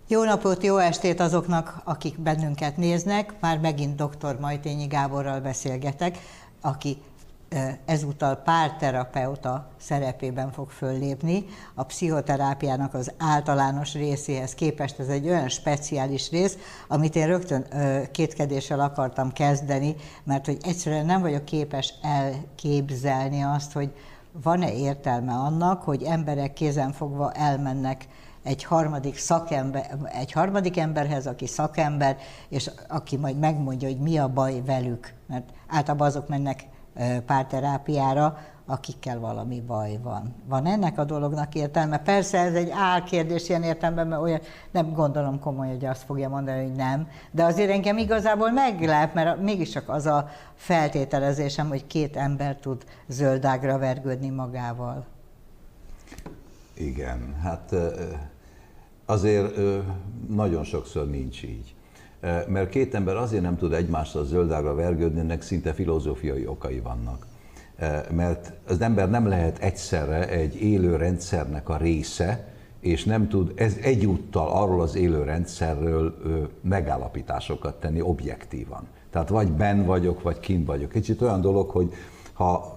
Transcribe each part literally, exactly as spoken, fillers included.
Jó napot, jó estét azoknak, akik bennünket néznek. Már megint dr. Majtényi Gáborral beszélgetek, aki ezúttal párterapeuta szerepében fog föllépni. A pszichoterápiának az általános részéhez képest ez egy olyan speciális rész, amit én rögtön kétkedéssel akartam kezdeni, mert hogy egyszerűen nem vagyok képes elképzelni azt, hogy van-e értelme annak, hogy emberek kézenfogva elmennek egy harmadik szakember, egy harmadik emberhez, aki szakember, és aki majd megmondja, hogy mi a baj velük. Mert általában azok mennek párterápiára, akikkel valami baj van. Van ennek a dolognak értelme? Persze ez egy álkérdés ilyen értelemben, mert olyan, nem gondolom komoly, hogy azt fogja mondani, hogy nem, de azért engem igazából meglep, mert mégiscsak az a feltételezésem, hogy két ember tud zöldágra vergődni magával. Igen, hát azért nagyon sokszor nincs így. Mert két ember azért nem tud egymással zöldágra vergődni, ennek szinte filozófiai okai vannak. Mert az ember nem lehet egyszerre egy élő rendszernek a része, és nem tud ez egyúttal arról az élő rendszerről megállapításokat tenni objektívan. Tehát vagy benn vagyok, vagy kint vagyok. Kicsit olyan dolog, hogy ha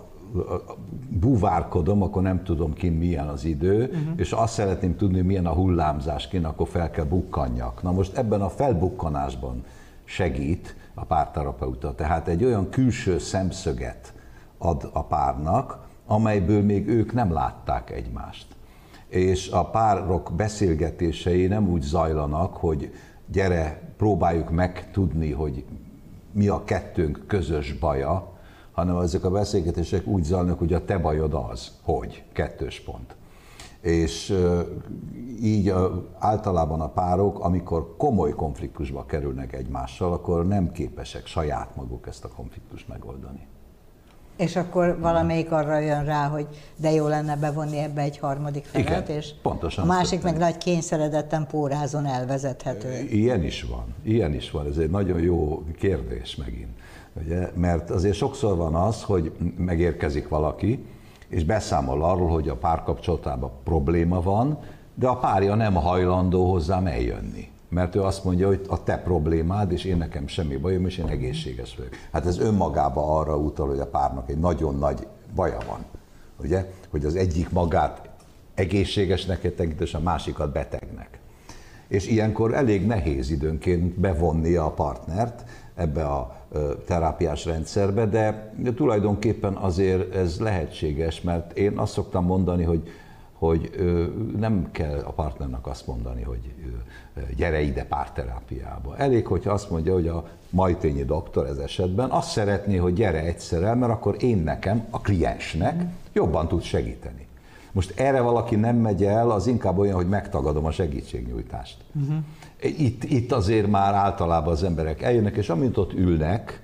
búvárkodom, akkor nem tudom kint milyen az idő, uh-huh. és azt szeretném tudni, milyen a hullámzás kint, akkor fel kell bukkanjak. Na most ebben a felbukkanásban segít a párterapeuta, tehát egy olyan külső szemszöget ad a párnak, amelyből még ők nem látták egymást. És a párok beszélgetései nem úgy zajlanak, hogy gyere, próbáljuk megtudni, hogy mi a kettőnk közös baja, hanem ezek a beszélgetések úgy zajlanak, hogy a te bajod az, hogy, kettős pont. És így általában a párok, amikor komoly konfliktusba kerülnek egymással, akkor nem képesek saját maguk ezt a konfliktust megoldani. És akkor valamelyik arra jön rá, hogy de jó lenne bevonni ebbe egy harmadik felet, igen, és pontosan a másik meg nagy kényszeredetten pórázon elvezethető. Ilyen is van, ilyen is van, ez egy nagyon jó kérdés megint. Ugye? Mert azért sokszor van az, hogy megérkezik valaki, és beszámol arról, hogy a párkapcsolatában probléma van, de a párja nem hajlandó hozzám eljönni. Mert ő azt mondja, hogy a te problémád, és én nekem semmi bajom, és én egészséges vagyok. Hát ez önmagában arra utal, hogy a párnak egy nagyon nagy baja van. Ugye? Hogy az egyik magát egészségesnek tekint, és a másikat betegnek. És ilyenkor elég nehéz időnként bevonni a partnert ebbe a terápiás rendszerbe, de tulajdonképpen azért ez lehetséges, mert én azt szoktam mondani, hogy, hogy nem kell a partnernek azt mondani, hogy gyere ide párterápiába. Elég, hogyha azt mondja, hogy a Majtényi doktor ez esetben azt szeretné, hogy gyere egyszer el, mert akkor én nekem, a kliensnek jobban tud segíteni. Most erre valaki nem megy el, az inkább olyan, hogy megtagadom a segítségnyújtást. Uh-huh. Itt, itt azért már általában az emberek eljönnek, és amint ott ülnek,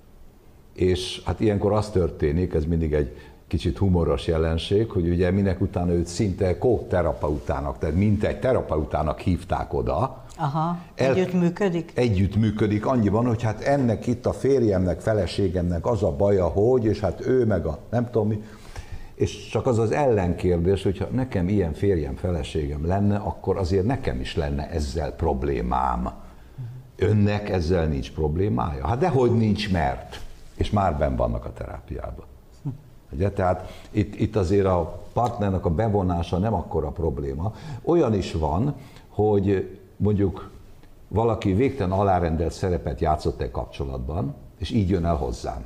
és hát ilyenkor az történik, ez mindig egy kicsit humoros jelenség, hogy ugye minek utána őt szinte kóterapeutának, tehát mint egy terapeutának hívták oda. Aha, együtt El, működik? Együtt működik, annyiban, hogy hát ennek itt a férjemnek, feleségemnek az a baja, hogy, és hát ő meg a nem tudom mi. És csak az az ellenkérdés, hogyha nekem ilyen férjem, feleségem lenne, akkor azért nekem is lenne ezzel problémám. Önnek ezzel nincs problémája? Hát dehogy nincs, mert. És már benn vannak a terápiában. Ugye? Tehát itt, itt azért a partnernek a bevonása nem akkora probléma. Olyan is van, hogy mondjuk valaki végtelen alárendelt szerepet játszott egy kapcsolatban, és így jön el hozzám.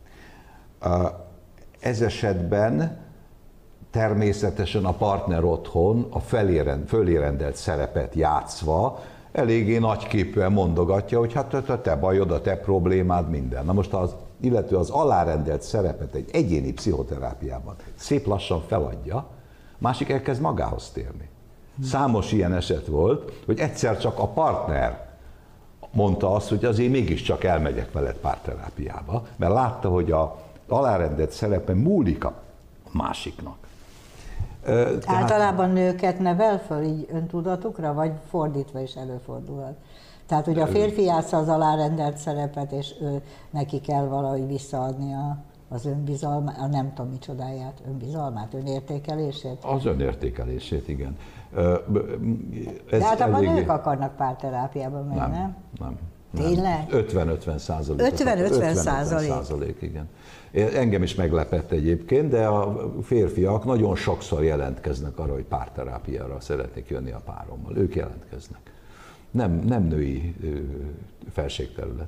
Ez esetben természetesen a partner otthon a fölérendelt szerepet játszva eléggé nagyképűen mondogatja, hogy hát a te bajod, a te problémád, minden. Na most az illető az alárendelt szerepet egy egyéni pszichoterápiában szép lassan feladja, másik elkezd magához térni. Számos ilyen eset volt, hogy egyszer csak a partner mondta azt, hogy azért mégiscsak elmegyek veled párterápiába, mert látta, hogy a alárendelt szerepe múlik a másiknak. Tehát... Általában nőket nevel föl így öntudatukra, vagy fordítva is előfordulhat? Tehát, hogy a férfi játsza az alárendelt szerepet, és ő neki kell valahogy visszaadni a az önbizalmát, nem tudom micsodáját, önbizalmát, önértékelését? Az önértékelését, igen. Ez De általában elég... nők akarnak párterápiában menni, nem? Nem, nem. Tényleg? ötven-ötven százalék. ötven-ötven százalék? Igen. Engem is meglepett egyébként, de a férfiak nagyon sokszor jelentkeznek arra, hogy párterápiára szeretnék jönni a párommal. Ők jelentkeznek. Nem, nem női felségterület.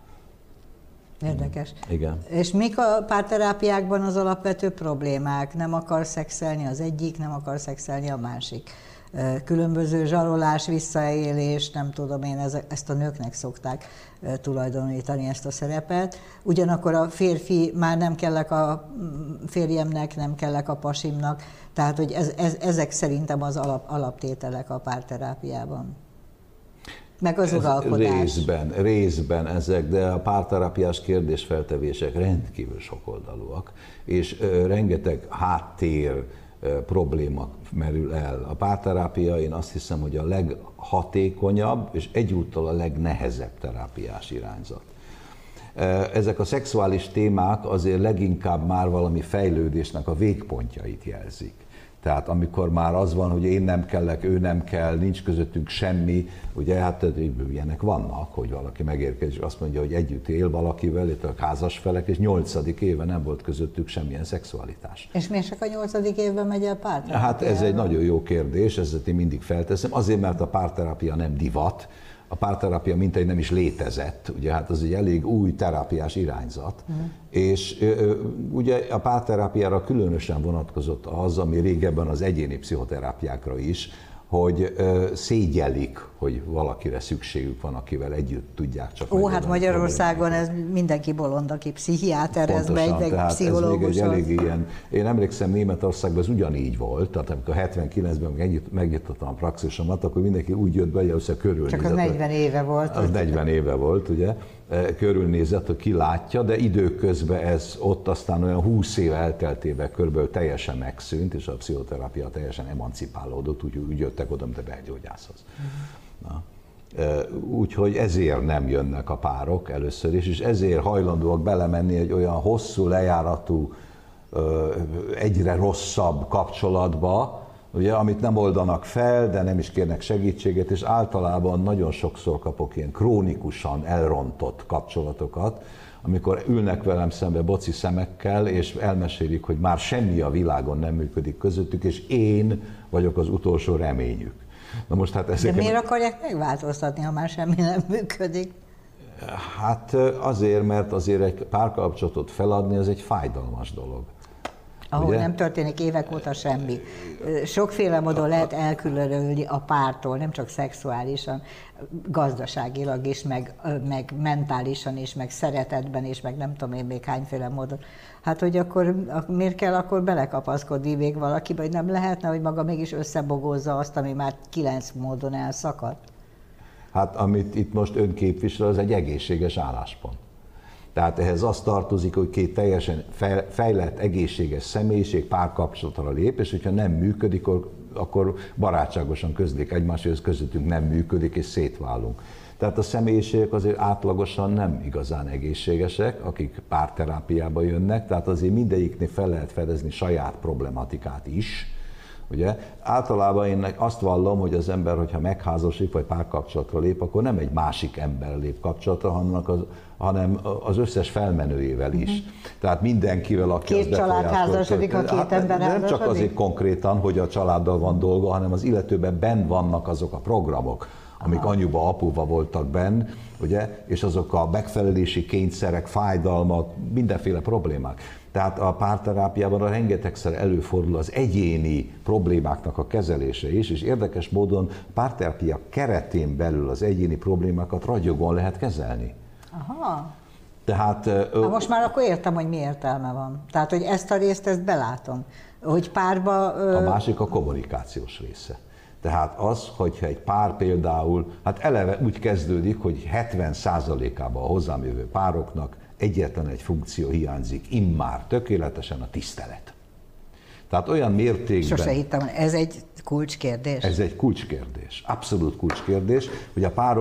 Érdekes. Igen. És mik a párterápiákban az alapvető problémák? Nem akar szexelni az egyik, nem akar szexelni a másik. Különböző zsarolás, visszaélés, nem tudom én, ezt a nőknek szokták tulajdonítani, ezt a szerepet. Ugyanakkor a férfi, már nem kellek a férjemnek, nem kellek a pasimnak, tehát hogy ez, ez, ezek szerintem az alap, alaptételek a párterápiában. Meg az uralkodás. Részben, részben ezek, de a párterápiás kérdésfeltevések rendkívül sokoldalúak, és rengeteg háttér probléma merül el. A párterápia, én azt hiszem, hogy a leghatékonyabb és egyúttal a legnehezebb terápiás irányzat. Ezek a szexuális témák azért leginkább már valami fejlődésnek a végpontjait jelzik. Tehát amikor már az van, hogy én nem kellek, ő nem kell, nincs közöttünk semmi, ugye hát ilyenek vannak, hogy valaki megérkezik, és azt mondja, hogy együtt él valakivel, itt a házas felek, és nyolcadik éve nem volt közöttük semmilyen szexualitás. És miért csak a nyolcadik évben megy el párterápiára? Hát ez egy nagyon jó kérdés, ezt én mindig felteszem, azért, mert a párterápia nem divat, a párterápia mintegy nem is létezett, ugye hát az egy elég új terápiás irányzat, mm. és ugye a párterápiára különösen vonatkozott az, ami régebben az egyéni pszichoterápiákra is, hogy szégyellik, hogy valakire szükségük van, akivel együtt tudják csak. Ó, hát Magyarországon ez mindenki bolond, aki pszichiáterhez megy, meg pszichológus. Elég ilyen, én emlékszem, Németországban ez ugyanígy volt, tehát amikor hetvenkilencben megnyitottam a praxisomat, akkor mindenki úgy jött be, hogy össze körülnézett. Csak az negyven éve volt. Az negyven éve volt, ugye, körülnézett, hogy ki látja, de időközben ez ott aztán olyan húsz év elteltével körülbelül teljesen megszűnt, és a pszichoterápia teljesen emancipálódott, úgy, úgy jöttek oda, mint a belgyógyászhoz. Na. Úgyhogy ezért nem jönnek a párok először is, és ezért hajlandóak belemenni egy olyan hosszú lejáratú, egyre rosszabb kapcsolatba, ugye, amit nem oldanak fel, de nem is kérnek segítséget, és általában nagyon sokszor kapok ilyen krónikusan elrontott kapcsolatokat, amikor ülnek velem szembe boci szemekkel, és elmesélik, hogy már semmi a világon nem működik közöttük, és én vagyok az utolsó reményük. Na most hát ezeket... De miért akarják megváltoztatni, ha már semmi nem működik? Hát azért, mert azért egy párkapcsolatot feladni, az egy fájdalmas dolog. Ahol ugye? Nem történik évek óta semmi. Sokféle módon lehet elkülönülni a pártól, nem csak szexuálisan, gazdaságilag is, meg, meg mentálisan is, meg szeretetben is, meg nem tudom én még hányféle módon. Hát, hogy akkor miért kell akkor belekapaszkodni még valakibe, hogy nem lehetne, hogy maga mégis összebogózza azt, ami már kilenc módon elszakadt? Hát amit itt most ön képvisel, az egy egészséges álláspont. Tehát ehhez az tartozik, hogy két teljesen fejlett, egészséges személyiség párkapcsolatra lép, és hogyha nem működik, akkor barátságosan közlik egymást, hogy ez közöttünk nem működik, és szétválunk. Tehát a személyiségek azért átlagosan nem igazán egészségesek, akik párterápiába jönnek, tehát azért mindegyiknél fel lehet fedezni saját problematikát is. Ugye? Általában én azt vallom, hogy az ember, hogyha megházasodik, vagy párkapcsolatra lép, akkor nem egy másik ember lép kapcsolatra, az, hanem az összes felmenőjével is. Uh-huh. Tehát mindenkivel, aki két az család házasodik, a két hát ember nem házasodik? csak azért konkrétan, hogy a családdal van dolga, hanem az illetőben benn vannak azok a programok, amik Aha. anyuba, apuba voltak benn, ugye? És azok a megfelelési kényszerek, fájdalmak, mindenféle problémák. Tehát a párterápiában a rengetegszer előfordul az egyéni problémáknak a kezelése is, és érdekes módon a párterápia keretén belül az egyéni problémákat ragyogon lehet kezelni. Aha. Tehát, ha most már akkor értem, hogy mi értelme van. Tehát, hogy ezt a részt, ezt belátom. Hogy párba... A másik a kommunikációs része. Tehát az, hogyha egy pár például, hát eleve úgy kezdődik, hogy hetven százalékában a hozzám jövő pároknak egyetlen egy funkció hiányzik, immár tökéletesen a tisztelet. Tehát olyan mértékben... Sose hittem, ez egy kulcskérdés. Ez egy kulcskérdés, abszolút kulcskérdés, hogy a párok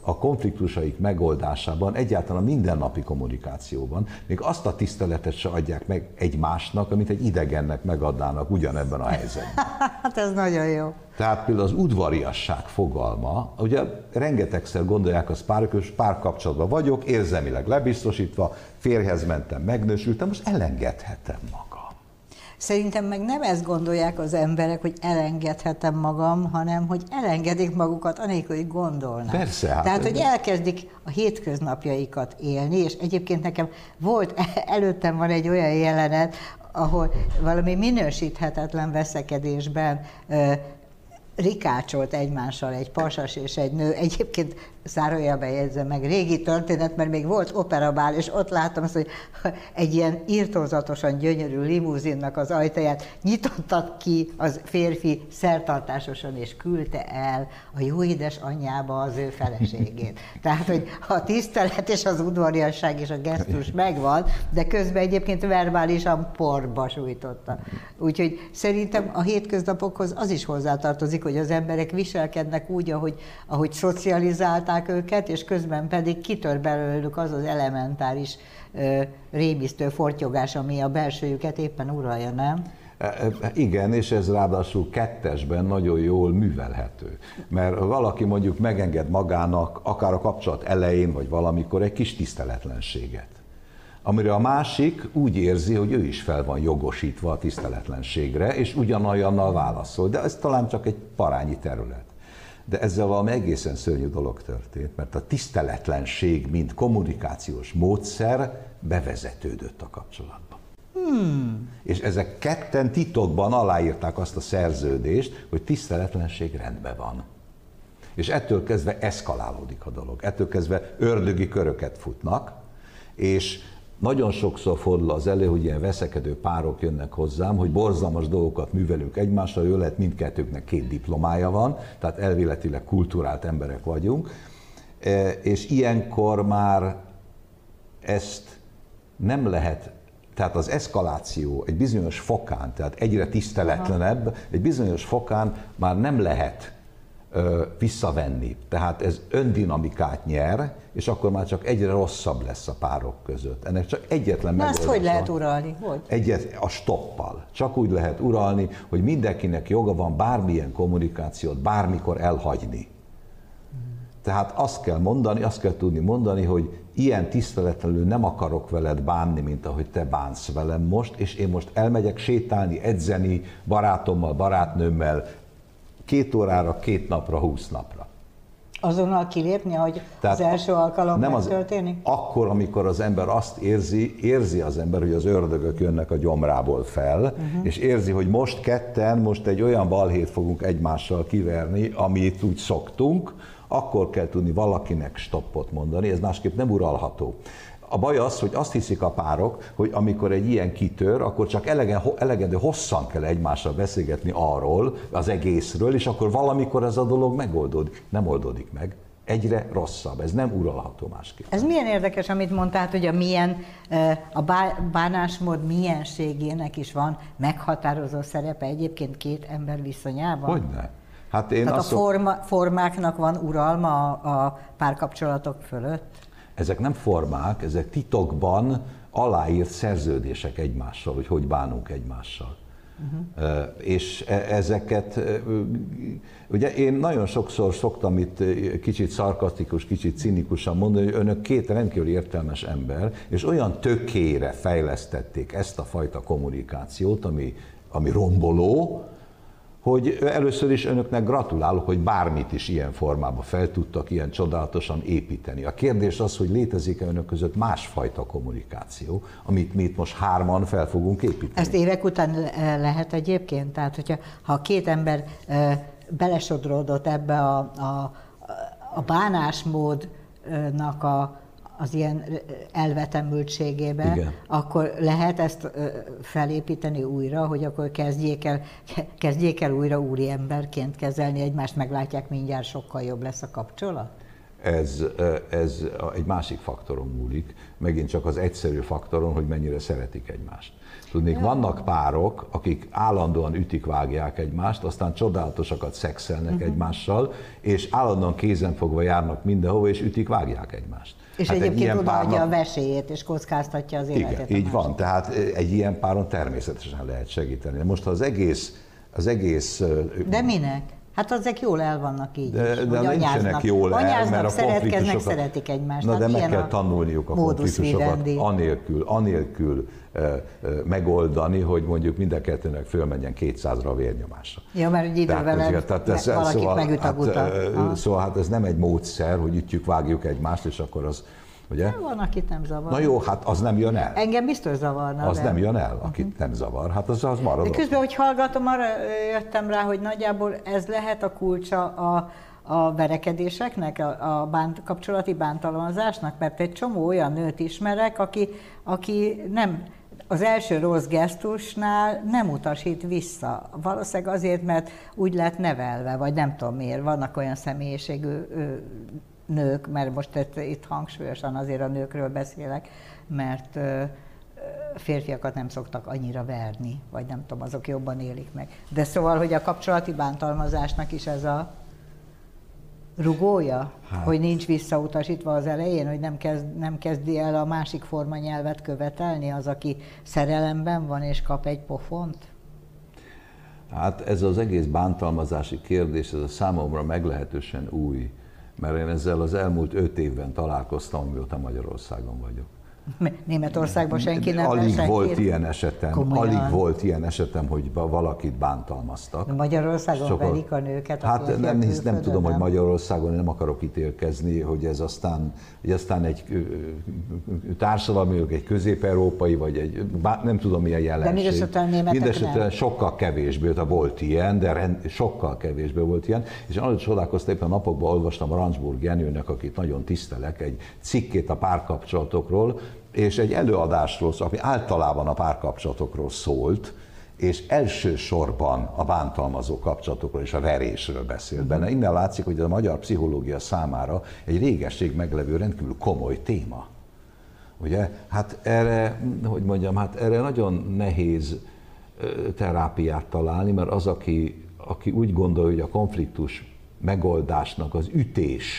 a konfliktusaik megoldásában, egyáltalán a mindennapi kommunikációban még azt a tiszteletet se adják meg egymásnak, amit egy idegennek megadnának ugyanebben a helyzetben. Hát ez nagyon jó. Tehát például az udvariasság fogalma, ugye rengetegszer gondolják az párok, hogy párkapcsolatban vagyok, érzelmileg lebiztosítva, férjhez mentem, megnősültem, most elengedhetem magam. Szerintem meg nem ezt gondolják az emberek, hogy elengedhetem magam, hanem hogy elengedik magukat, anélkül, hogy gondolnak. Persze. Hát Tehát, hogy elkezdik a hétköznapjaikat élni, és egyébként nekem volt, előttem van egy olyan jelenet, ahol valami minősíthetetlen veszekedésben rikácsolt egymással egy pasas és egy nő. Egyébként zárójelben jegyzem meg, régi történet, mert még volt operabál, és ott láttam azt, hogy egy ilyen irtózatosan gyönyörű limuzinnak az ajtaját nyitottak ki az férfi szertartásosan, és küldte el a jó édes anyjába az ő feleségét. Tehát, hogy a tisztelet és az udvariasság és a gesztus megvan, de közben egyébként verbálisan porba sújtotta. Úgyhogy szerintem a hétköznapokhoz az is hozzátartozik, hogy az emberek viselkednek úgy, ahogy, ahogy szocializálták őket, és közben pedig kitör belőlük az az elementáris ö, rémisztő fortyogás, ami a belsőjüket éppen uralja, nem? Igen, és ez ráadásul kettesben nagyon jól művelhető. Mert valaki mondjuk megenged magának, akár a kapcsolat elején, vagy valamikor egy kis tiszteletlenséget, amire a másik úgy érzi, hogy ő is fel van jogosítva a tiszteletlenségre, és ugyanolyannal válaszol. De ez talán csak egy parányi terület. De ezzel valami egészen szörnyű dolog történt, mert a tiszteletlenség, mint kommunikációs módszer bevezetődött a kapcsolatba. Hmm. És ezek ketten titokban aláírták azt a szerződést, hogy tiszteletlenség rendben van. És ettől kezdve eszkalálódik a dolog. Ettől kezdve ördögi köröket futnak, és nagyon sokszor fordul az elő, hogy ilyen veszekedő párok jönnek hozzám, hogy borzalmas dolgokat művelünk egymással, ő lehet mindkettőknek két diplomája van, tehát elméletileg kulturált emberek vagyunk, és ilyenkor már ezt nem lehet, tehát az eszkaláció egy bizonyos fokán, tehát egyre tiszteletlenebb, egy bizonyos fokán már nem lehet visszavenni. Tehát ez öndinamikát nyer, és akkor már csak egyre rosszabb lesz a párok között. Ennek csak egyetlen megoldása. Ezt hogy lehet uralni? Hogy? Egyet, a stoppal. Csak úgy lehet uralni, hogy mindenkinek joga van bármilyen kommunikációt bármikor elhagyni. Tehát azt kell mondani, azt kell tudni mondani, hogy ilyen tiszteletlenül nem akarok veled bánni, mint ahogy te bánsz velem most, és én most elmegyek sétálni, edzeni barátommal, barátnőmmel, két órára, két napra, húsz napra. Azonnal kilépni, hogy tehát az első alkalom nem megtörténik? Az, akkor, amikor az ember azt érzi, érzi az ember, hogy az ördögök jönnek a gyomrából fel, uh-huh. és érzi, hogy most ketten, most egy olyan balhét fogunk egymással kiverni, amit úgy szoktunk, akkor kell tudni valakinek stoppot mondani, ez másképp nem uralható. A baj az, hogy azt hiszik a párok, hogy amikor egy ilyen kitör, akkor csak elegen, elegendő hosszan kell egymással beszélgetni arról, az egészről, és akkor valamikor ez a dolog megoldódik. Nem oldódik meg. Egyre rosszabb. Ez nem uralható másképp. Ez milyen érdekes, amit mondtál, hogy a, milyen, a bánásmód mienségének is van meghatározó szerepe egyébként két ember viszonyában? Hogyne. Hát én Tehát azt a forma, formáknak van uralma a, a párkapcsolatok fölött? Ezek nem formák, ezek titokban aláírt szerződések egymással, hogy hogy bánunk egymással. Uh-huh. És ezeket, ugye én nagyon sokszor szoktam itt kicsit szarkasztikus, kicsit cinikusan mondani, hogy önök két rendkívül értelmes ember, és olyan tökére fejlesztették ezt a fajta kommunikációt, ami, ami romboló, hogy először is önöknek gratulálok, hogy bármit is ilyen formában fel tudtak ilyen csodálatosan építeni. A kérdés az, hogy létezik-e önök között másfajta kommunikáció, amit mi itt most hárman fel fogunk építeni. Ezt évek után lehet egyébként? Tehát, hogyha ha két ember belesodródott ebbe a, a, a bánásmódnak a az ilyen elvetemültségébe, igen. Akkor lehet ezt felépíteni újra, hogy akkor kezdjék el, kezdjék el újra úri emberként kezelni egymást, meglátják, mindjárt sokkal jobb lesz a kapcsolat? ez, ez egy másik faktoron múlik, megint csak az egyszerű faktoron, hogy mennyire szeretik egymást. Tudnék, vannak párok, akik állandóan ütik-vágják egymást, aztán csodálatosakat szexelnek uh-huh. egymással, és állandóan kézenfogva járnak mindenhova, és ütik-vágják egymást. És hát egyébként egy odaadja párnak... a vesélyét, és kockáztatja az életet. Igen, így van, tehát egy ilyen páron természetesen lehet segíteni. Most ha az egész, az egész... De minek? Hát azok jól el vannak így de, is, de nincsenek jól el, anyáznak, mert a szeretkeznek, szeretik egymást. Na de meg kell tanulniuk a konfliktusokat anélkül, anélkül e, e, megoldani, hogy mondjuk mind a kettőnek fölmenjen kétszázra a vérnyomása. Ja, mert úgy idővel valakit szóval, megüt a guta. Hát, szóval hát ez nem egy módszer, hogy ütjük, vágjuk egymást, és akkor az... Ugye? Van, akit nem zavar. Na jó, hát az nem jön el. Engem biztos zavarna. Az de. nem jön el, akit uh-huh. nem zavar. Hát az, az marad. De közben, hogy hallgatom, arra jöttem rá, hogy nagyjából ez lehet a kulcsa a, a verekedéseknek, a, a bánt, kapcsolati bántalmazásnak, mert egy csomó olyan nőt ismerek, aki, aki nem... Az első rossz gesztusnál nem utasít vissza. Valószínűleg azért, mert úgy lett nevelve, vagy nem tudom miért. Vannak olyan személyiségű nők, mert most itt hangsúlyosan azért a nőkről beszélek, mert férfiakat nem szoktak annyira verni, vagy nem tudom, azok jobban élik meg. De szóval, hogy a kapcsolati bántalmazásnak is ez a rugója, hát. Hogy nincs visszautasítva az elején, hogy nem, kezd, nem kezdi el a másik formanyelvet követelni az, aki szerelemben van és kap egy pofont? Hát ez az egész bántalmazási kérdés, ez a számomra meglehetősen új, mert én ezzel az elmúlt öt évben találkoztam, mióta Magyarországon vagyok. Németországban senki nem Alig senkit? volt ilyen esetem, Komolyan. alig volt ilyen esetem, hogy valakit bántalmaztak. De Magyarországon Sokkal... verik a nőket? A hát nem, nem, nem tudom, hogy Magyarországon nem akarok ítélkezni, hogy ez aztán, hogy aztán egy társadalmi, egy közép-európai, vagy egy, nem tudom milyen jelenség. De mindesetre németek Mindesetre sokkal kevésbé volt ilyen, de rend, sokkal kevésbé volt ilyen. És arra csodálkoztam, éppen a napokban olvastam Rancsburg Jenőnek, akit nagyon tisztelek, egy cikkét a párkapcsolatokról, és egy előadásról, ami általában a párkapcsolatokról szólt, és elsősorban a bántalmazó kapcsolatokról és a verésről beszélt benne. Innen látszik, hogy a magyar pszichológia számára egy régesség meglevő rendkívül komoly téma. Ugye? Hát erre, hogy mondjam, hát erre nagyon nehéz terápiát találni, mert az, aki, aki úgy gondolja, hogy a konfliktus megoldásnak az ütés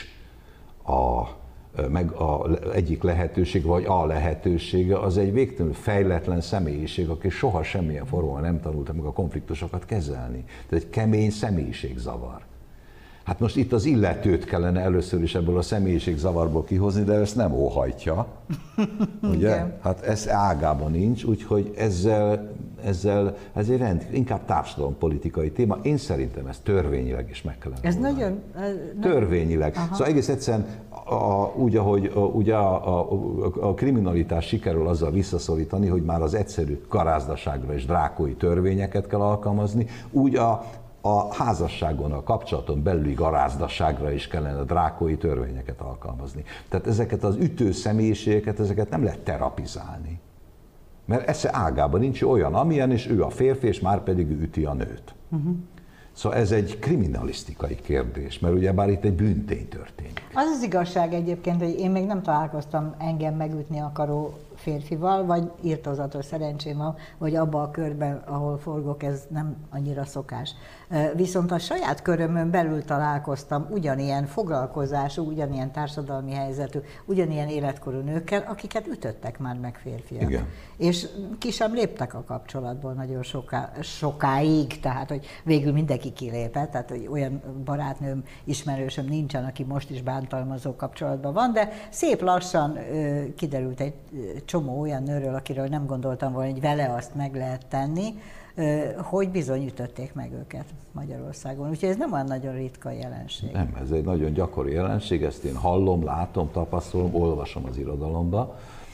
a meg a egyik lehetőség, vagy a lehetősége, az egy végtelenül fejletlen személyiség, aki soha semmilyen formában nem tanulta meg a konfliktusokat kezelni. Tehát egy kemény személyiségzavar. Hát most itt az illetőt kellene először is ebből a személyiségzavarból kihozni, de ezt nem óhajtja. Ugye? Hát ez ágában nincs, úgyhogy ezzel, ezzel ez egy rend, inkább társadalompolitikai téma. Én szerintem ez törvényileg is meg kellene Ez oldani. nagyon... Törvényileg. Aha. Szóval egész egyszerűen a, úgy, ahogy a, ugye a, a, a kriminalitás sikerül azzal visszaszorítani, hogy már az egyszerű garázdaságra és drákói törvényeket kell alkalmazni, úgy a a házasságon, a kapcsolaton belüli garázdaságra is kellene a drákói törvényeket alkalmazni. Tehát ezeket az ütő személyiségeket, ezeket nem lehet terapizálni. Mert esze ágában nincs olyan, amilyen, és ő a férfi, és már pedig ő üti a nőt. Uh-huh. Szóval ez egy kriminalisztikai kérdés, mert ugyebár itt egy bűntény történik. Az az igazság egyébként, hogy én még nem találkoztam engem megütni akaró férfival, vagy irtózatos szerencsém van, hogy abban a körben, ahol forgok, ez nem annyira szokás. Viszont a saját körömön belül találkoztam ugyanilyen foglalkozású, ugyanilyen társadalmi helyzetű, ugyanilyen életkorú nőkkel, akiket ütöttek már meg férfiak. Igen. És ki sem léptek a kapcsolatból nagyon soká, sokáig, tehát hogy végül mindenki kilépett, tehát hogy olyan barátnőm, ismerősöm nincsen, aki most is bántalmazó kapcsolatban van, de szép lassan ö, kiderült egy csomó olyan nőről, akiről nem gondoltam volna, hogy vele azt meg lehet tenni, ö, hogy bizony ütötték meg őket Magyarországon. Úgyhogy ez nem olyan nagyon ritka jelenség. Nem, ez egy nagyon gyakori jelenség, ezt én hallom, látom, tapasztalom, olvasom az irodalomba.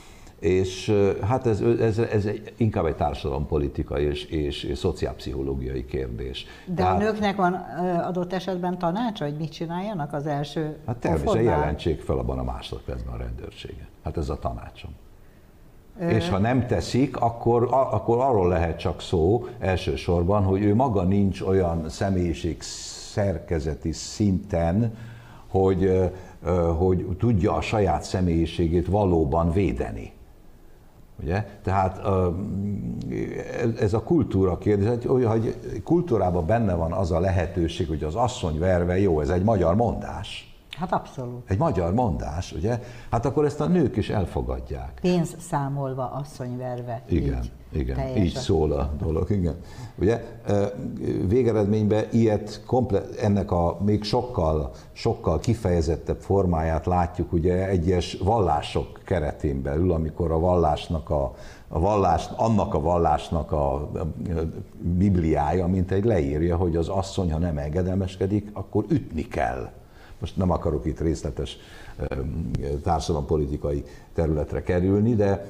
És hát ez, ez, ez egy, inkább egy társadalompolitikai és, és, és szociálpszichológiai kérdés. De Tehát, a nőknek van adott esetben tanácsa, hogy mit csináljanak az első Hát természetesen jelentsék fel abban a másodpercben a rendőrséget. Hát ez a tanácsom. Ö... És ha nem teszik, akkor, akkor arról lehet csak szó elsősorban, hogy ő maga nincs olyan személyiség szerkezeti szinten, hogy hogy tudja a saját személyiségét valóban védeni. Ugye? Tehát ez a kultúra kérdés, hogy kultúrában benne van az a lehetőség, hogy az asszony verve jó, ez egy magyar mondás. Hát abszolút. Egy magyar mondás, ugye? Hát akkor ezt a nők is elfogadják. Pénz számolva, asszonyverve. Igen, így, igen, teljesen. így szól a dolog, igen. Ugye, végeredményben ilyet komplet, ennek a még sokkal, sokkal kifejezettebb formáját látjuk ugye egyes vallások keretén belül, amikor a vallásnak a, a vallás, annak a vallásnak a, a bibliája, mint egy leírja, hogy az asszony, ha nem engedelmeskedik, akkor ütni kell. Most nem akarok itt részletes társadalompolitikai területre kerülni, de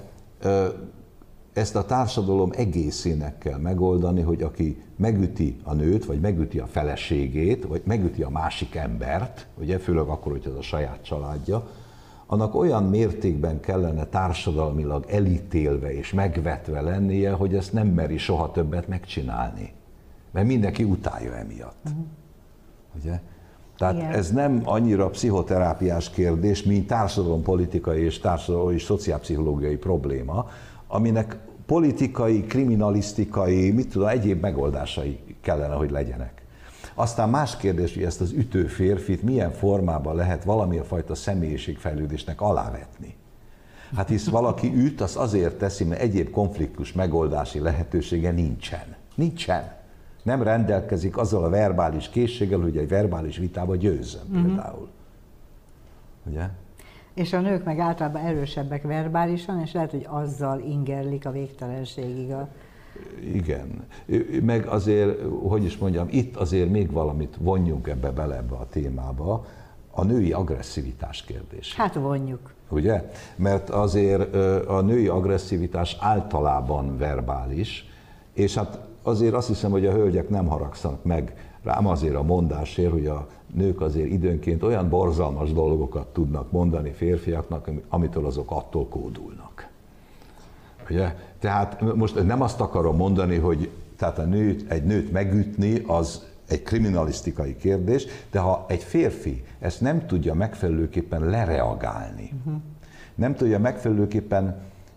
ezt a társadalom egészének kell megoldani, hogy aki megüti a nőt, vagy megüti a feleségét, vagy megüti a másik embert, ugye, főleg akkor, hogy az a saját családja, annak olyan mértékben kellene társadalmilag elítélve és megvetve lennie, hogy ezt nem meri soha többet megcsinálni. Mert mindenki utálja emiatt. Uh-huh. Ugye? Tehát igen. Ez nem annyira pszichoterápiás kérdés, mint társadalompolitikai és társadalmi és szociálpszichológiai probléma, aminek politikai, kriminalisztikai, mit tudom, egyéb megoldásai kellene, hogy legyenek. Aztán más kérdés, hogy ezt az ütő férfit milyen formában lehet valamilyen fajta személyiségfejlődésnek alávetni. Hát hisz valaki üt, azt azért teszi, mert egyéb konfliktus megoldási lehetősége nincsen. Nincsen. Nem rendelkezik azzal a verbális készséggel, hogy egy verbális vitába győzzön uh-huh. például. Ugye? És a nők meg általában erősebbek verbálisan, és lehet, hogy azzal ingerlik a végtelenségig. A... Igen. Meg azért, hogy is mondjam, itt azért még valamit vonjunk ebbe bele ebbe a témába, a női agresszivitás kérdés. Hát vonjuk. Ugye? Mert azért a női agresszivitás általában verbális, és hát azért azt hiszem, hogy a hölgyek nem haragszanak meg rám azért a mondásért, hogy a nők azért időnként olyan borzalmas dolgokat tudnak mondani férfiaknak, amitől azok attól kódulnak. Ugye? Tehát most nem azt akarom mondani, hogy tehát a nőt, egy nőt megütni az egy kriminalisztikai kérdés, de ha egy férfi ezt nem tudja megfelelőképpen lereagálni, uh-huh. nem tudja megfelelőképpen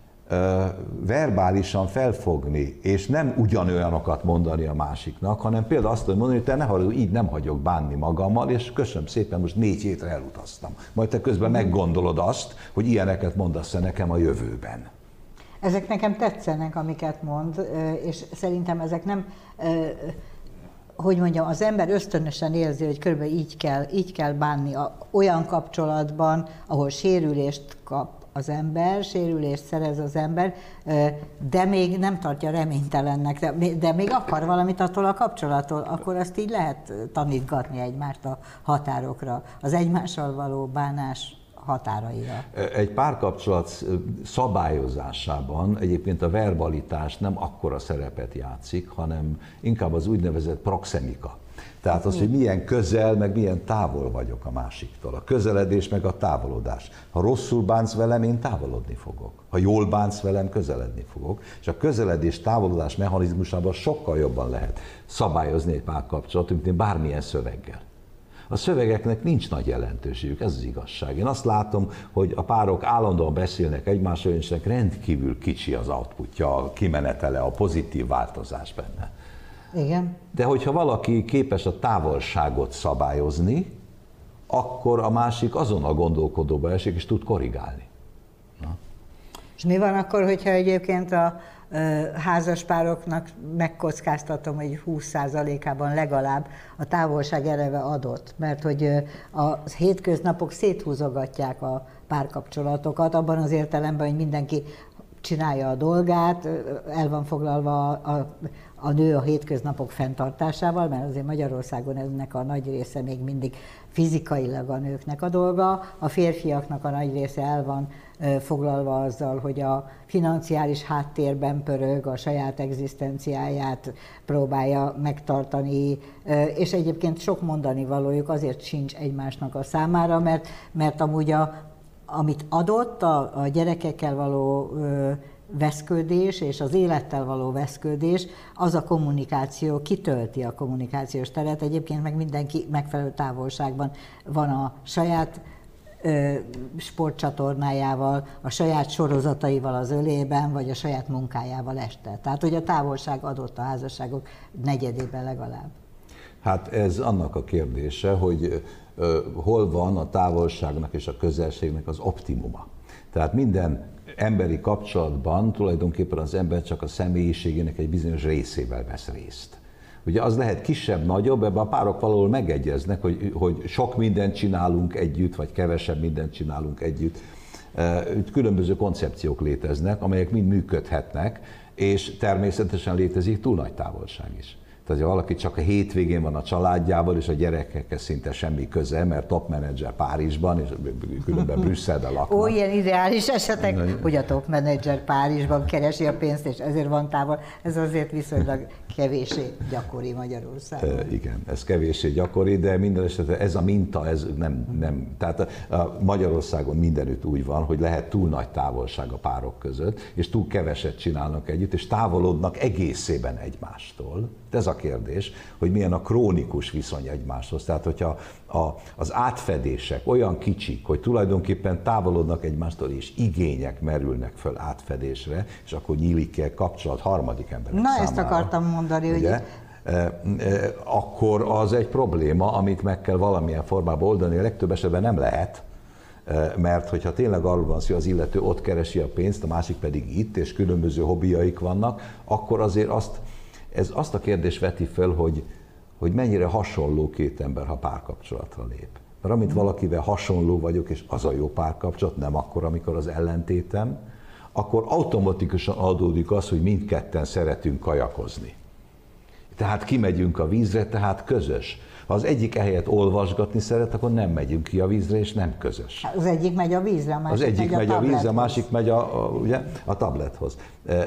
verbálisan felfogni, és nem ugyanolyanokat mondani a másiknak, hanem például azt mondani, hogy te ne haragudj, így nem hagyok bánni magammal, és köszönöm szépen, most négy hétre elutaztam. Majd te közben meggondolod azt, hogy ilyeneket mondasz-e nekem a jövőben. Ezek nekem tetszenek, amiket mond, és szerintem ezek nem, hogy mondjam, az ember ösztönösen érzi, hogy körülbelül így kell, így kell bánni olyan kapcsolatban, ahol sérülést kap az ember, sérülést szerez az ember, de még nem tartja reménytelennek, de még akar valamit attól a kapcsolattól, akkor azt így lehet tanítgatni egymást a határokra, az egymással való bánás határaira. Egy párkapcsolat szabályozásában egyébként a verbalitás nem akkora szerepet játszik, hanem inkább az úgynevezett proxemika. Tehát az, hogy milyen közel, meg milyen távol vagyok a másiktól. A közeledés, meg a távolodás. Ha rosszul bánsz velem, én távolodni fogok. Ha jól bánsz velem, közeledni fogok. És a közeledés, távolodás mechanizmusában sokkal jobban lehet szabályozni egy párkapcsolatot, mint bármilyen szöveggel. A szövegeknek nincs nagy jelentőségük, ez az igazság. Én azt látom, hogy a párok állandóan beszélnek egymásról, és rendkívül kicsi az outputja, a kimenetele, a pozitív változás benne. Igen. De hogyha valaki képes a távolságot szabályozni, akkor a másik azon a gondolkodóba esik, és tud korrigálni. Na. És mi van akkor, hogyha egyébként a házaspároknak megkockáztatom, hogy húsz százalékában legalább a távolság eleve adott, mert hogy a hétköznapok széthúzogatják a párkapcsolatokat, abban az értelemben, hogy mindenki csinálja a dolgát, el van foglalva a, a, a nő a hétköznapok fenntartásával, mert azért Magyarországon ennek a nagy része még mindig fizikailag a nőknek a dolga, a férfiaknak a nagy része el van foglalva azzal, hogy a financiális háttérben pörög, a saját egzisztenciáját próbálja megtartani, és egyébként sok mondani valójuk azért sincs egymásnak a számára, mert, mert amúgy a, amit adott a, a gyerekekkel való ö, veszködés és az élettel való veszködés, az a kommunikáció, kitölti a kommunikációs teret, egyébként meg mindenki megfelelő távolságban van a saját sportcsatornájával, a saját sorozataival az ölében, vagy a saját munkájával este. Tehát, hogy a távolság adott a házasságok negyedében legalább. Hát ez annak a kérdése, hogy uh, hol van a távolságnak és a közelségnek az optimuma. Tehát minden emberi kapcsolatban tulajdonképpen az ember csak a személyiségének egy bizonyos részével vesz részt. Ugye az lehet kisebb, nagyobb, ebben a párok valahol megegyeznek, hogy, hogy sok mindent csinálunk együtt, vagy kevesebb mindent csinálunk együtt. Különböző koncepciók léteznek, amelyek mind működhetnek, és természetesen létezik túl nagy távolság is. Tehát, ha valaki csak a hétvégén van a családjával, és a gyerekekkel szinte semmi köze, mert top menedzser Párizsban, és különben Brüsszelben laknak. Ó, ilyen ideális esetek, Na, hogy a top menedzser Párizsban keresi a pénzt, és ezért van távol. Ez azért viszonylag kevéssé gyakori Magyarországon. E, igen, ez kevéssé gyakori, de minden esetre ez a minta, ez nem, nem. Tehát a Magyarországon mindenütt úgy van, hogy lehet túl nagy távolság a párok között, és túl keveset csinálnak együtt, és távolodnak egészében egymástól. Ez a kérdés, hogy milyen a krónikus viszony egymáshoz. Tehát, hogyha a, az átfedések olyan kicsik, hogy tulajdonképpen távolodnak egymástól, és igények merülnek föl átfedésre, és akkor nyílik ki egy kapcsolat harmadik emberek Na, számára. Ezt akartam mondani, ugye? hogy... E, e, akkor az egy probléma, amit meg kell valamilyen formában oldani. A legtöbb esetben nem lehet, mert hogyha tényleg arról van szó, hogy az illető ott keresi a pénzt, a másik pedig itt, és különböző hobbiaik vannak, akkor azért azt Ez azt a kérdést veti föl, hogy, hogy mennyire hasonló két ember, ha párkapcsolatra lép. Mert amint valakivel hasonló vagyok, és az a jó párkapcsolat, nem akkor, amikor az ellentétem, akkor automatikusan adódik az, hogy mindketten szeretünk kajakozni. Tehát kimegyünk a vízre, tehát közös. Ha az egyik ehelyett olvasgatni szeret, akkor nem megyünk ki a vízre, és nem közös. Az egyik megy a vízre, a másik az egyik megy a, megy a vízre, a másik megy a, a, ugye, a tablethoz.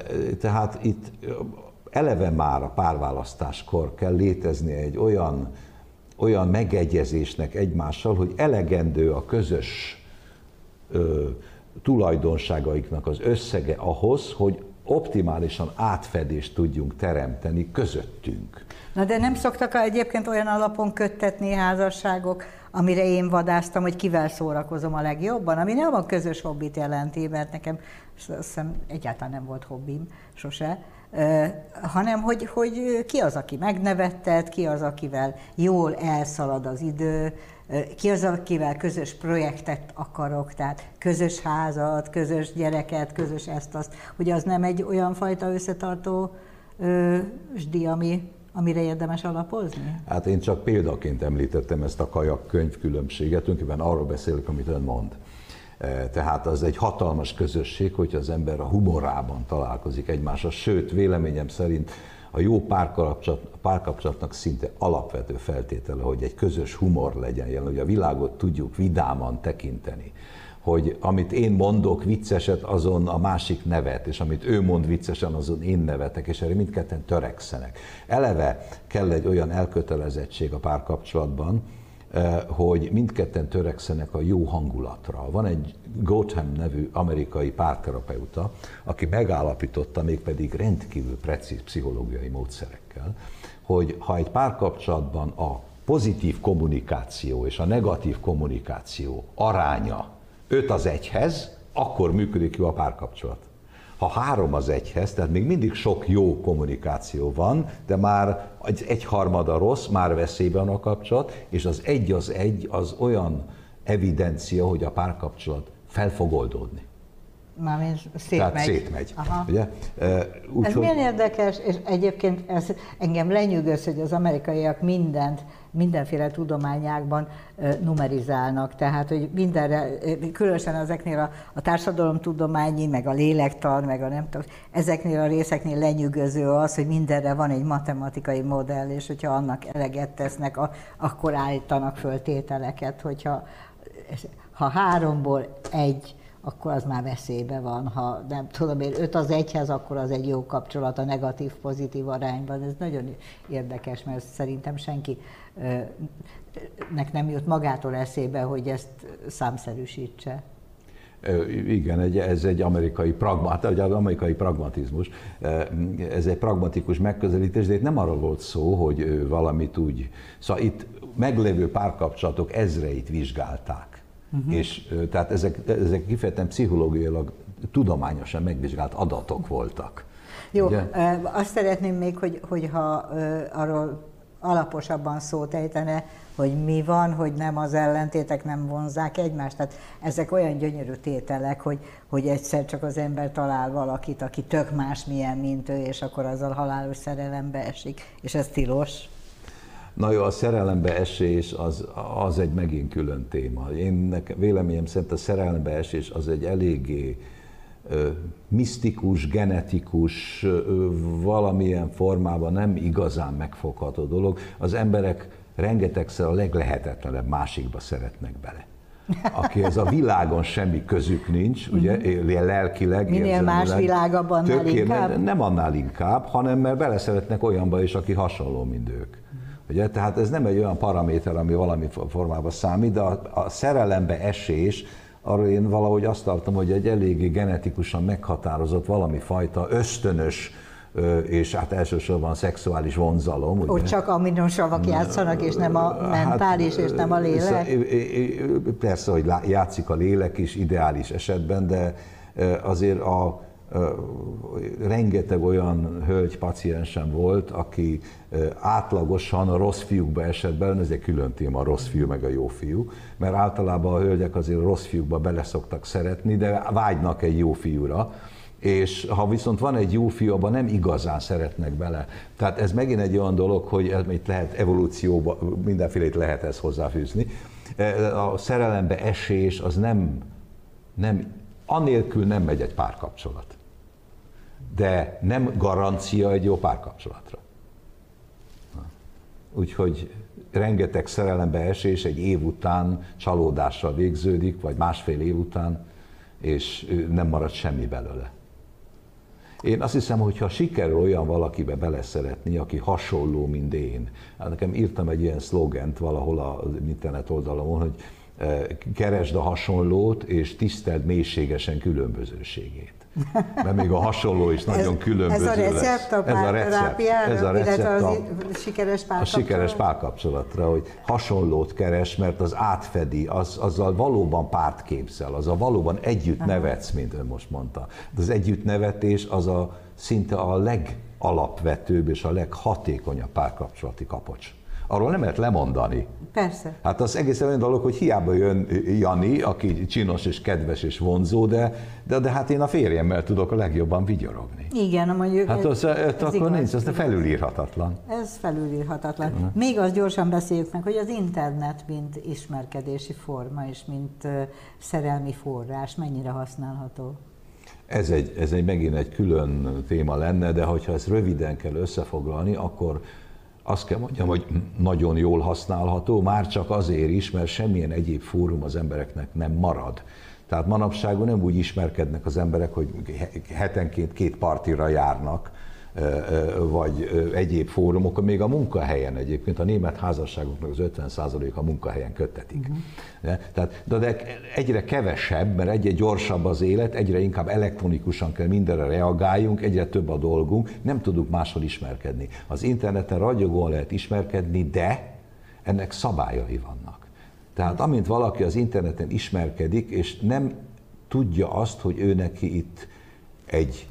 Tehát itt eleve már a párválasztáskor kell létezni egy olyan, olyan megegyezésnek egymással, hogy elegendő a közös ö, tulajdonságaiknak az összege ahhoz, hogy optimálisan átfedést tudjunk teremteni közöttünk. Na de nem szoktak egyébként olyan alapon köttetni házasságok, amire én vadáztam, hogy kivel szórakozom a legjobban, ami nem a közös hobbit jelenti, mert nekem azt hiszem egyáltalán nem volt hobbim sose, Uh, hanem hogy, hogy ki az, aki megnevettet, ki az, akivel jól elszalad az idő, uh, ki az, akivel közös projektet akarok, tehát közös házat, közös gyereket, közös ezt-azt, hogy az nem egy olyan fajta összetartó uh, zsdi, ami, amire érdemes alapozni? Hát én csak példaként említettem ezt a kajak-könyv különbséget, tulajdonképpen arról beszélek, amit ön mond. Tehát az egy hatalmas közösség, hogyha az ember a humorában találkozik egymással, sőt, véleményem szerint a jó párkapcsolat, párkapcsolatnak szinte alapvető feltétele, hogy egy közös humor legyen jelen, hogy a világot tudjuk vidáman tekinteni. Hogy amit én mondok vicceset, azon a másik nevet, és amit ő mond viccesen, azon én nevetek, és erre mindketten törekszenek. Eleve kell egy olyan elkötelezettség a párkapcsolatban, hogy mindketten törekszenek a jó hangulatra. Van egy Gotham nevű amerikai párterapeuta, aki megállapította, mégpedig rendkívül precíz pszichológiai módszerekkel, hogy ha egy párkapcsolatban a pozitív kommunikáció és a negatív kommunikáció aránya öt az egyhez, akkor működik jó a párkapcsolat. Ha három az egyhez, tehát még mindig sok jó kommunikáció van, de már egy egyharmada rossz, már veszélyben a kapcsolat, és az egy az egy az olyan evidencia, hogy a párkapcsolat fel fog oldódni. Mármint szétmegy. Tehát szétmegy. Ugye? Úgy, ez hogy... milyen érdekes, és egyébként ez engem lenyűgöz, hogy az amerikaiak mindent, mindenféle tudományákban numerizálnak, tehát hogy mindenre, különösen ezeknél a, a társadalomtudományi, meg a lélektan, meg a nem tudom, ezeknél a részeknél lenyűgöző az, hogy mindenre van egy matematikai modell, és hogyha annak eleget tesznek, a, akkor állítanak föl tételeket, hogyha ha háromból egy, akkor az már veszélybe van. Ha nem tudom én, öt az egyhez, akkor az egy jó kapcsolat a negatív-pozitív arányban. Ez nagyon érdekes, mert szerintem senkinek nem jut magától eszébe, hogy ezt számszerűsítse. Igen, ez egy amerikai, pragmat, egy amerikai pragmatizmus, ez egy pragmatikus megközelítés, de itt nem arról volt szó, hogy valamit úgy... Szóval itt meglévő párkapcsolatok ezreit vizsgálták. Uh-huh. És tehát ezek, ezek kifejezetten pszichológiailag tudományosan megvizsgált adatok voltak. Jó, ugye? Azt szeretném még, hogy, hogyha arról alaposabban szót ejtene, hogy mi van, hogy nem az ellentétek nem vonzzák egymást. Tehát ezek olyan gyönyörű tételek, hogy, hogy egyszer csak az ember talál valakit, aki tök más milyen, mint ő, és akkor azzal halálos szerelembe esik. És ez tilos. Na jó, a szerelembe esés az, az egy megint külön téma. Én nekem, véleményem szerint a szerelembe esés az egy eléggé ö, misztikus, genetikus, ö, valamilyen formában nem igazán megfogható dolog. Az emberek rengetegszer a leglehetetlenebb másikba szeretnek bele. Akihez a világon semmi közük nincs, ugye, lelkileg, minél más világ, abban annál inkább? Nem annál inkább, hanem mert bele szeretnek olyanba is, aki hasonló, mint ők. Ugye? Tehát ez nem egy olyan paraméter, ami valami formában számít, de a, a szerelembe esés, arról én valahogy azt tartom, hogy egy eléggé genetikusan meghatározott valami fajta ösztönös, és hát elsősorban szexuális vonzalom. Hogy csak aminosavak játszanak, és nem a mentális, hát, és nem a lélek? Persze, hogy játszik a lélek is ideális esetben, de azért a rengeteg olyan hölgy paciensem volt, aki átlagosan a rossz fiúkba esett bele, ez egy külön téma, a rossz fiú meg a jó fiú, mert általában a hölgyek azért a rossz fiúkba bele szoktak szeretni, de vágynak egy jó fiúra, és ha viszont van egy jó fiú, abban nem igazán szeretnek bele. Tehát ez megint egy olyan dolog, hogy itt lehet evolúcióba, mindenfélét lehet ezt hozzáfűzni. A szerelembe esés az nem, nem, anélkül nem megy egy párkapcsolat. De nem garancia egy jó párkapcsolatra. Úgyhogy rengeteg szerelembe esés egy év után csalódással végződik, vagy másfél év után, és nem marad semmi belőle. Én azt hiszem, hogy ha sikerül olyan valakibe beleszeretni, aki hasonló, mint én, hát nekem írtam egy ilyen szlogent valahol az internet oldalon, hogy keresd a hasonlót, és tiszteld mélységesen különbözőségét. Mert még a hasonló is nagyon ez, különböző lesz. Ez a recept a párterápiára, ez a recept illetve a, az sikeres párkapcsolatra? A sikeres párkapcsolatra, hogy hasonlót keres, mert az átfedi, az, azzal valóban párt képzel, azzal valóban együtt Aha. nevetsz, mint ön most mondta. De az együtt nevetés az a, szinte a legalapvetőbb és a leghatékonyabb párkapcsolati kapocs. Arról nem lehet lemondani. Persze. Hát az egészen olyan dolog, hogy hiába jön Jani, aki csinos és kedves és vonzó, de, de, de hát én a férjemmel tudok a legjobban vigyorogni. Igen, mondjuk. Hát az, ez, ez akkor igaz, nincs, az igaz. felülírhatatlan. Ez felülírhatatlan. Uh-huh. Még azt gyorsan beszéljük meg, hogy az internet, mint ismerkedési forma és mint uh, szerelmi forrás mennyire használható? Ez egy, ez egy megint egy külön téma lenne, de hogyha ezt röviden kell összefoglalni, akkor azt kell mondjam, hogy nagyon jól használható, már csak azért is, mert semmilyen egyéb fórum az embereknek nem marad. Tehát manapság nem úgy ismerkednek az emberek, hogy hetenként két partira járnak, vagy egyéb fórumokon, még a munkahelyen egyébként, a német házasságoknak az ötven százaléka a munkahelyen köttetik. Uh-huh. Tehát, de egyre kevesebb, mert egyre gyorsabb az élet, egyre inkább elektronikusan kell mindenre reagáljunk, egyre több a dolgunk, nem tudunk máshol ismerkedni. Az interneten ragyogóan lehet ismerkedni, de ennek szabályai vannak. Tehát amint valaki az interneten ismerkedik, és nem tudja azt, hogy ő neki itt egy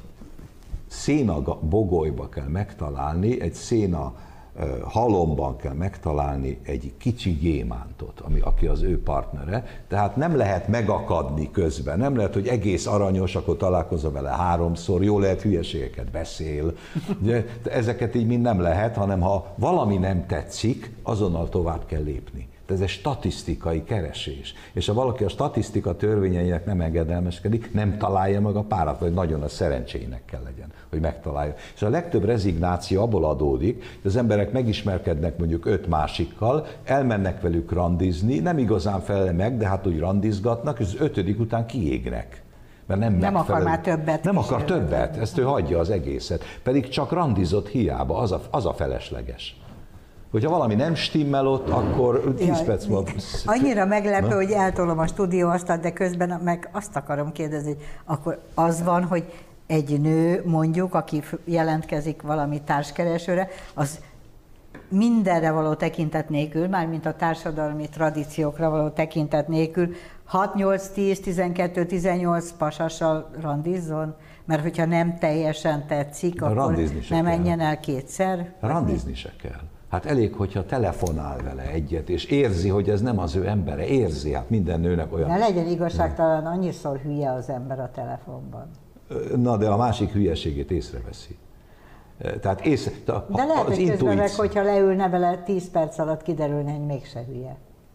széna bogolyba kell megtalálni, egy széna uh, halomban kell megtalálni egy kicsi gyémántot, ami, aki az ő partnere. Tehát nem lehet megakadni közben, nem lehet, hogy egész aranyos, akkor találkozol vele háromszor, jól lehet, hülyeségeket beszél. De ezeket így mind nem lehet, hanem ha valami nem tetszik, azonnal tovább kell lépni. Ez egy statisztikai keresés. És ha valaki a statisztika törvényeinek nem engedelmeskedik, nem találja meg a párat, vagy nagyon a szerencsének kell legyen, hogy megtalálja. És a legtöbb rezignáció abból adódik, hogy az emberek megismerkednek mondjuk öt másikkal, elmennek velük randizni, nem igazán felel meg, de hát úgy randizgatnak, és az ötödik után kiégnek. Mert nem, nem akar már többet. Nem akar többet, ezt ő hagyja az egészet. Pedig csak randizott hiába, az a, az a felesleges. Hogyha valami nem stimmel ott, akkor tíz perc múlva... Annyira meglepő, Na? hogy eltolom a stúdióasztalt, de közben meg azt akarom kérdezni, hogy akkor az van, hogy egy nő mondjuk, aki jelentkezik valami társkeresőre, az mindenre való tekintet nélkül, mármint a társadalmi tradíciókra való tekintet nélkül, hat, nyolc, tíz, tizenkettő, tizennyolc pasassal randizzon? Mert hogyha nem teljesen tetszik, akkor ne menjen el kétszer? Randizni se kell. Hát elég, hogyha telefonál vele egyet, és érzi, hogy ez nem az ő embere, érzi, hát minden nőnek olyan... Ne legyen igazságtalan, annyiszor hülye az ember a telefonban. Na, de a másik hülyeségét észreveszi. Tehát észre, de lehet, hogy közben meg, hogyha leülne vele, tíz perc alatt kiderülne, hogy mégse hülye.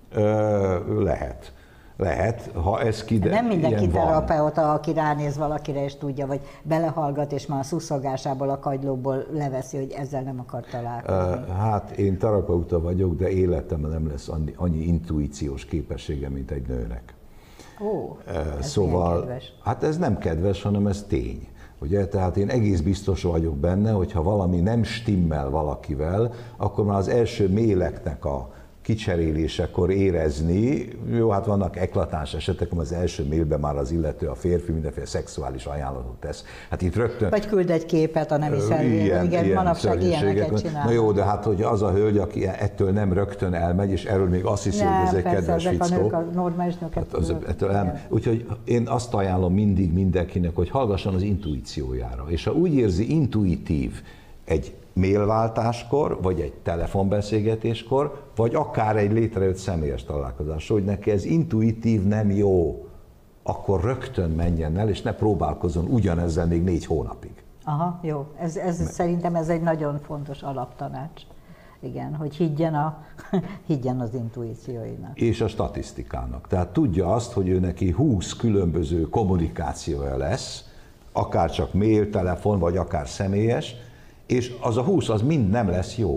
Ö, lehet. Lehet, ha ez kiderül. Nem mindenki terapeuta, aki ránéz valakire és tudja, vagy belehallgat, és már a szuszogássából, a kagylóból leveszi, hogy ezzel nem akar találkozni. Hát én terapeuta vagyok, de életemben nem lesz annyi, annyi intuíciós képessége, mint egy nőnek. Ó, ez szóval, kedves. Hát ez nem kedves, hanem ez tény. Ugye? Tehát én egész biztos vagyok benne, hogy ha valami nem stimmel valakivel, akkor már az első méleknek a kicserélésekor érezni, jó, hát vannak eklatáns esetek, az első mailben már az illető, a férfi mindenféle szexuális ajánlatot tesz. Hát itt rögtön... Vagy küld egy képet a nemi szervére, igen, ilyen manapság ilyeneket csinál. Na jó, de hát, hogy az a hölgy, aki ettől nem rögtön elmegy, és erről még azt hiszi, nem, hogy ez egy persze, kedves fickó. fickó. A normális nők hát az, ettől el... Úgyhogy én azt ajánlom mindig mindenkinek, hogy hallgasson az intuíciójára. És ha úgy érzi intuitív egy mailváltáskor, vagy egy telefonbeszélgetéskor, vagy akár egy létrejött személyes találkozás, hogy neki ez intuitív nem jó, akkor rögtön menjen el, és ne próbálkozzon ugyanezzel még négy hónapig. Aha, jó. Ez, ez szerintem ez egy nagyon fontos alaptanács. Igen, hogy higgyen, a, higgyen az intuícióinak. És a statisztikának. Tehát tudja azt, hogy ő neki húsz különböző kommunikációja lesz, akár csak mail, telefon, vagy akár személyes, és az a húsz az mind nem lesz jó.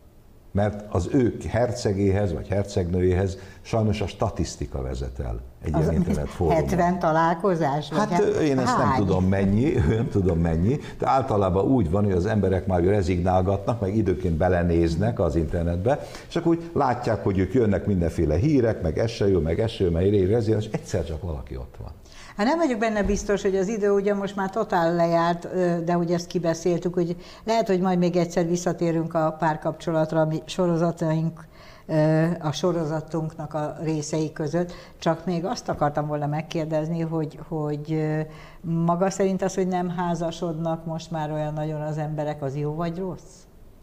Mert az ő hercegéhez vagy hercegnőjéhez sajnos a statisztika vezet el egy ilyen internetfórumon. hetven találkozás? Hát hát én ezt hány? nem tudom mennyi, nem tudom mennyi, de általában úgy van, hogy az emberek már rezignálgatnak, meg időként belenéznek az internetbe, és akkor úgy látják, hogy ők jönnek mindenféle hírek, meg ez se jó, meg ez se jó, meg érezni, és egyszer csak valaki ott van. Hát nem vagyok benne biztos, hogy az idő ugye most már totál lejárt, de ugye ezt kibeszéltük, hogy lehet, hogy majd még egyszer visszatérünk a párkapcsolatra, ami sorozataink, a sorozatunknak a részei között, csak még azt akartam volna megkérdezni, hogy, hogy maga szerint az, hogy nem házasodnak most már olyan nagyon az emberek, az jó vagy rossz?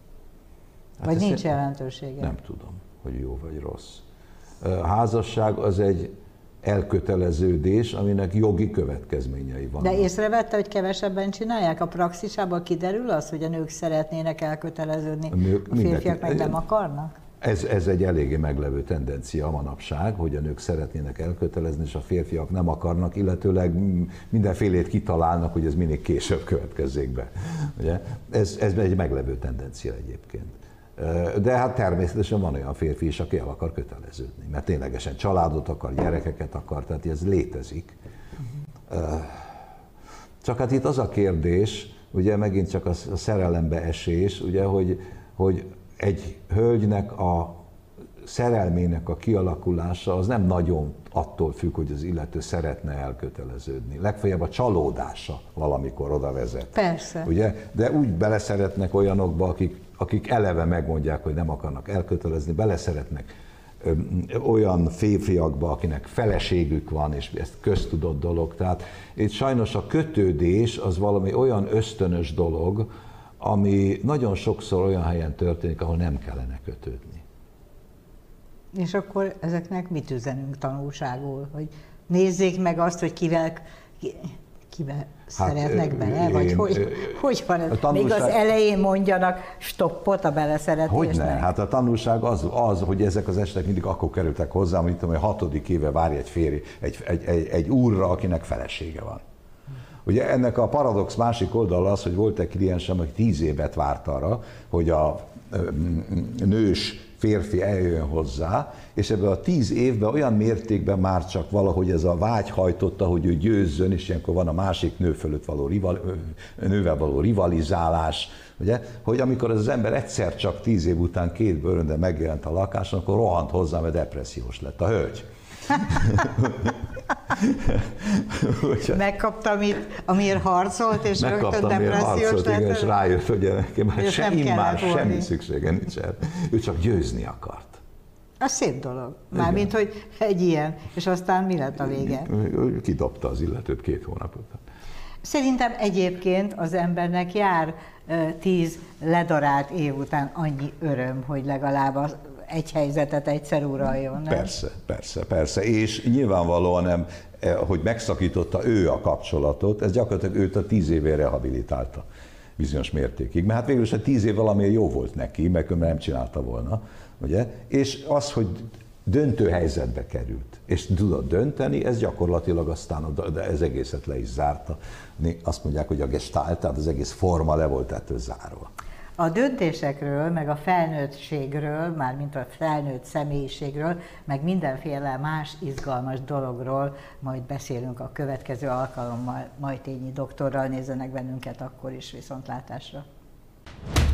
Hát vagy nincs jelentősége? Nem tudom, hogy jó vagy rossz. A házasság az egy elköteleződés, aminek jogi következményei vannak. De észrevette, hogy kevesebben csinálják? A praxisából kiderül az, hogy a nők szeretnének elköteleződni, a, nők, a férfiak meg nem akarnak? Ez, ez egy eléggé meglevő tendencia a manapság, hogy a nők szeretnének elkötelezni, és a férfiak nem akarnak, illetőleg mindenfélét kitalálnak, hogy ez minél később következzék be. Ugye? Ez, ez egy meglevő tendencia egyébként. De hát természetesen van olyan férfi is, aki el akar köteleződni, mert ténylegesen családot akar, gyerekeket akar, tehát ez létezik. Csak hát itt az a kérdés, ugye megint csak a szerelembe esés, ugye, hogy, hogy egy hölgynek a szerelmének a kialakulása az nem nagyon attól függ, hogy az illető szeretne elköteleződni. Legfeljebb a csalódása valamikor oda vezet. Persze. Ugye? De úgy beleszeretnek olyanokba, akik, akik eleve megmondják, hogy nem akarnak elkötelezni, beleszeretnek ö, olyan férfiakba, akinek feleségük van, és ezt köztudott dolog. Tehát itt sajnos a kötődés az valami olyan ösztönös dolog, ami nagyon sokszor olyan helyen történik, ahol nem kellene kötődni. És akkor ezeknek mit üzenünk tanulságul? Hogy nézzék meg azt, hogy kivel, kivel hát, szeretnek bele? Én, vagy hogy, hogy van ez? Tanulság... Még az elején mondjanak stoppot a beleszeretésnek? Hogyne? Hát a tanulság az, az, hogy ezek az esetek mindig akkor kerültek hozzám, hogy a hatodik éve várj egy férj, egy, egy, egy, egy úrra, akinek felesége van. Ugye ennek a paradox másik oldala az, hogy volt egy kliensem, aki tíz évet várt arra, hogy a nős férfi eljön hozzá, és ebben a tíz évben olyan mértékben már csak valahogy ez a vágy hajtotta, hogy ő győzzön, és ilyenkor van a másik nő fölött való rival, nővel való rivalizálás, ugye? Hogy amikor ez az ember egyszer csak tíz év után két bőröndel megjelent a lakáson, akkor rohant hozzá, mert depressziós lett a hölgy. Megkapta, amit, amiért harcolt, és rögtön depressziós lett. Igen, és rájött, hogy nekem már se, immár semmi szüksége nincs el. Ő csak győzni akart. Az szép dolog. Mármint, hogy egy ilyen, és aztán mi lett a vége? Kidobta az illetőt két hónapot. Szerintem egyébként az embernek jár tíz ledarált év után annyi öröm, hogy legalább egy helyzetet egyszer uraljon. Nem? Persze, persze, persze. És nyilvánvalóan nem, hogy megszakította ő a kapcsolatot, ez gyakorlatilag őt a tíz évére rehabilitálta bizonyos mértékig. Mert hát végül is a tíz év valami jó volt neki, mert nem csinálta volna. Ugye? És az, hogy döntő helyzetbe került, és tudott dönteni, ez gyakorlatilag aztán ez egészet le is zárta. Azt mondják, hogy a gestalt, tehát az egész forma le volt ettől zárva. A döntésekről, meg a felnőttségről, mármint a felnőtt személyiségről, meg mindenféle más izgalmas dologról majd beszélünk a következő alkalommal. Majtényi doktorral, nézzenek bennünket akkor is, viszontlátásra.